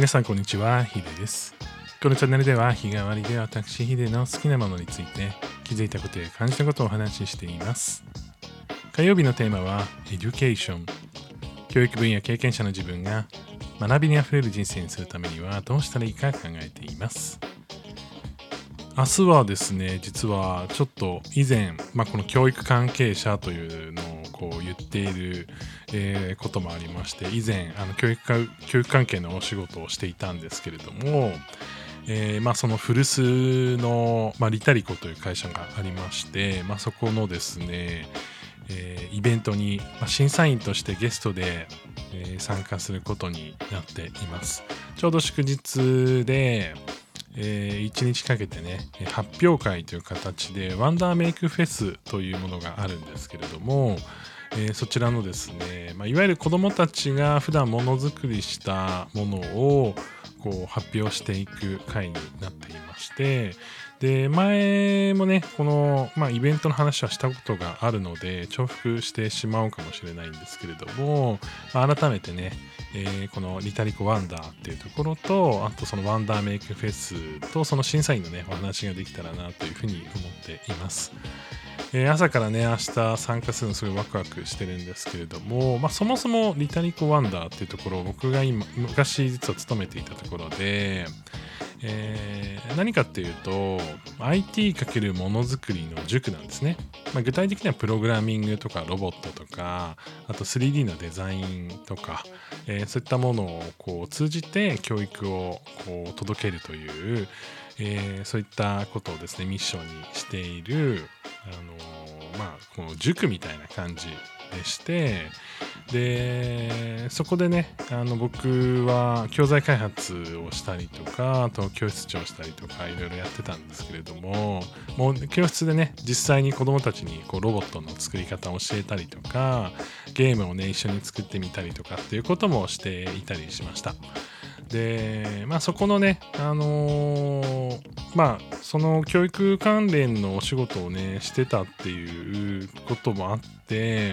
皆さんこんにちは、ヒデです。このチャンネルでは日替わりで私ヒデの好きなものについて気づいたことや感じたことをお話ししています。火曜日のテーマはエデュケーション。教育分野経験者の自分が学びにあふれる人生にするためにはどうしたらいいか考えています。明日はですね、実はちょっと以前、この教育関係者というのを言っている、こともありまして、以前教育関係のお仕事をしていたんですけれども、その古巣の、リタリコという会社がありまして、そこのですね、イベントに、審査員としてゲストで、参加することになっています。ちょうど祝日で1日かけてね、発表会という形でワンダーメイクフェスというものがあるんですけれども、そちらのですね、いわゆる子どもたちが普段ものづくりしたものを発表していく会になっていまして、で前もねこの、イベントの話はしたことがあるので重複してしまうかもしれないんですけれども、改めてね、このリタリコワンダーっていうところと、あとそのワンダーメイクフェスとその審査員のねお話ができたらなというふうに思っています。朝からね明日参加するのすごいワクワクしてるんですけれども、そもそもリタリコワンダーっていうところを僕が昔実は勤めていたところで、何かっていうと IT× ものづくりの塾なんですね。具体的にはプログラミングとかロボットとか、あと 3D のデザインとか、そういったものを通じて教育を届けるという、そういったことをですねミッションにしているこの塾みたいな感じでして、でそこでね僕は教材開発をしたりとか、あと教室長をしたりとかいろいろやってたんですけれども、もう教室でね実際に子どもたちにロボットの作り方を教えたりとか、ゲームをね一緒に作ってみたりとかっていうこともしていたりしました。でそこのねその教育関連のお仕事をねしてたっていうこともあって、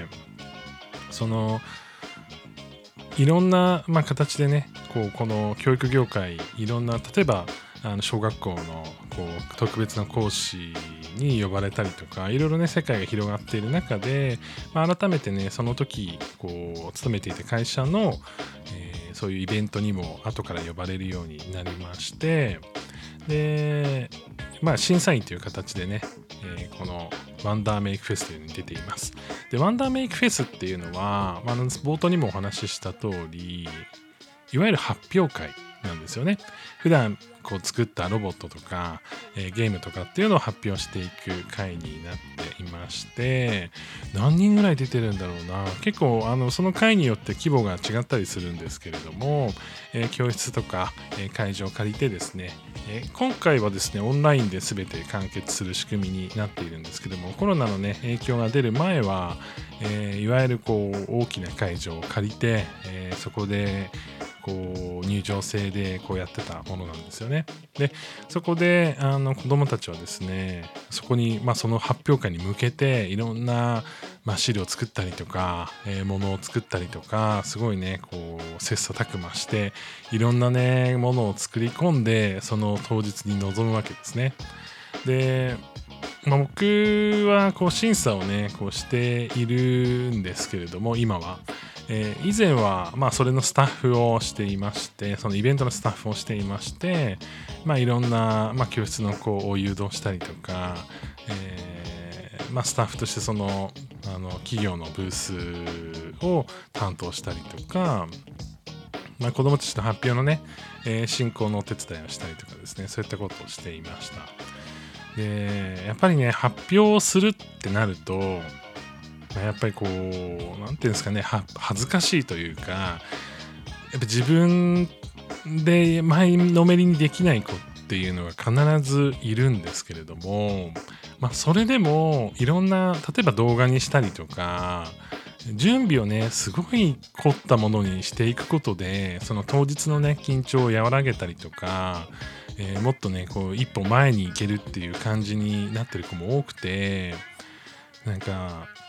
そのいろんな、形でねこの教育業界いろんな、例えば小学校の特別な講師に呼ばれたりとか、いろいろね世界が広がっている中で、改めてねその時勤めていた会社の、そういうイベントにも後から呼ばれるようになりまして、で審査員という形でね、このワンダーメイクフェスというのに出ています。でワンダーメイクフェスっていうのは、冒頭にもお話しした通り、いわゆる発表会なんですよね。普段作ったロボットとか、ゲームとかっていうのを発表していく会になっていまして、何人ぐらい出てるんだろうな。結構その会によって規模が違ったりするんですけれども、教室とか、会場を借りてですね、今回はですねオンラインで全て完結する仕組みになっているんですけども、コロナのね影響が出る前は、いわゆる大きな会場を借りて、そこで入場制でやってたものなんですよね。でそこで子どもたちはですね、そこに、その発表会に向けていろんな、資料を作ったりとか、ものを作ったりとか、すごいね切磋琢磨していろんなねものを作り込んで、その当日に臨むわけですね。で僕は審査をねしているんですけれども、今は以前はそれのスタッフをしていまして、そのイベントのスタッフをしていまして、いろんな、教室のを誘導したりとか、スタッフとしてその企業のブースを担当したりとか、子どもたちの発表のね、進行のお手伝いをしたりとかですね、そういったことをしていました。でやっぱりね発表するってなると、やっぱりなんていうんですかね、恥ずかしいというか、やっぱ自分で前のめりにできない子っていうのが必ずいるんですけれども、それでもいろんな、例えば動画にしたりとか準備をねすごい凝ったものにしていくことで、その当日のね緊張を和らげたりとか、もっとね一歩前に行けるっていう感じになってる子も多くて、なんか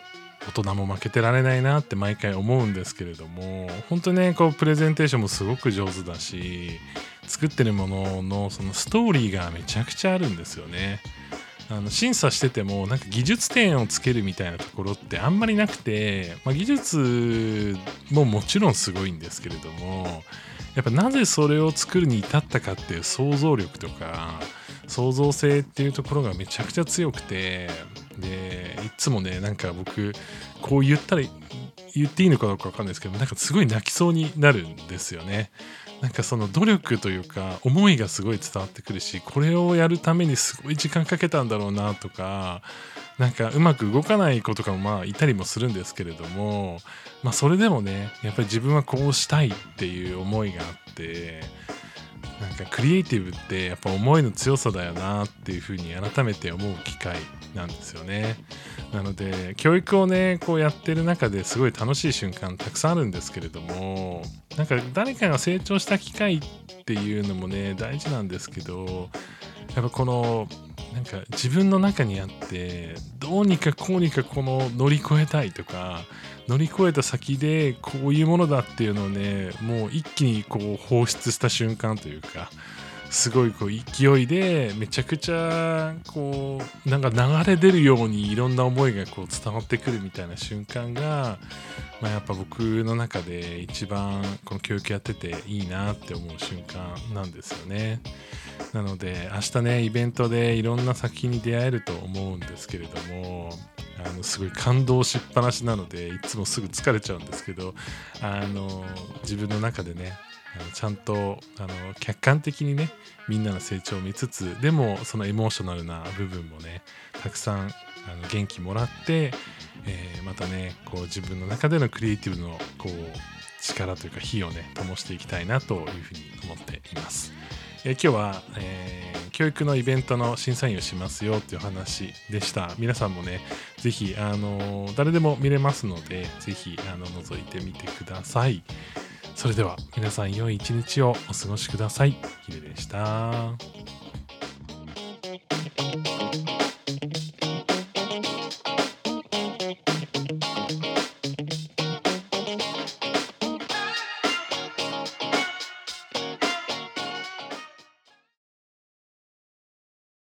大人も負けてられないなって毎回思うんですけれども、本当にねこうプレゼンテーションもすごく上手だし、作ってるもののそのストーリーがめちゃくちゃあるんですよね。審査しててもなんか技術点をつけるみたいなところってあんまりなくて、技術ももちろんすごいんですけれども、やっぱなぜそれを作るに至ったかっていう想像力とか創造性っていうところがめちゃくちゃ強くて、でいつもねなんか僕こう言っていいのかどうかわかんないですけど、なんかすごい泣きそうになるんですよね。なんかその努力というか思いがすごい伝わってくるし、これをやるためにすごい時間かけたんだろうなとか、なんかうまく動かない子とかもいたりもするんですけれども、それでもねやっぱり自分はこうしたいっていう思いがあって、なんかクリエイティブってやっぱ思いの強さだよなっていうふうに改めて思う機会なんですよね。なので教育をねこうやってる中ですごい楽しい瞬間たくさんあるんですけれども、なんか誰かが成長した機会っていうのもね大事なんですけど、やっぱこのなんか自分の中にあってどうにかこうにかこの乗り越えたいとか、乗り越えた先でこういうものだっていうのをねもう一気にこう放出した瞬間というか、すごいこう勢いでめちゃくちゃこうなんか流れ出るようにいろんな思いがこう伝わってくるみたいな瞬間が、やっぱ僕の中で一番この教育やってていいなって思う瞬間なんですよね。なので明日ねイベントでいろんな作品に出会えると思うんですけれども、すごい感動しっぱなしなのでいつもすぐ疲れちゃうんですけど、自分の中でねちゃんと客観的にねみんなの成長を見つつ、でもそのエモーショナルな部分もねたくさん元気もらって、またねこう自分の中でのクリエイティブのこう力というか火をね灯していきたいなというふうに思っています。今日は、教育のイベントの審査員をしますよという話でした。皆さんもねぜひ誰でも見れますので、ぜひ覗いてみてください。それでは皆さん良い一日をお過ごしください。ヒデでした。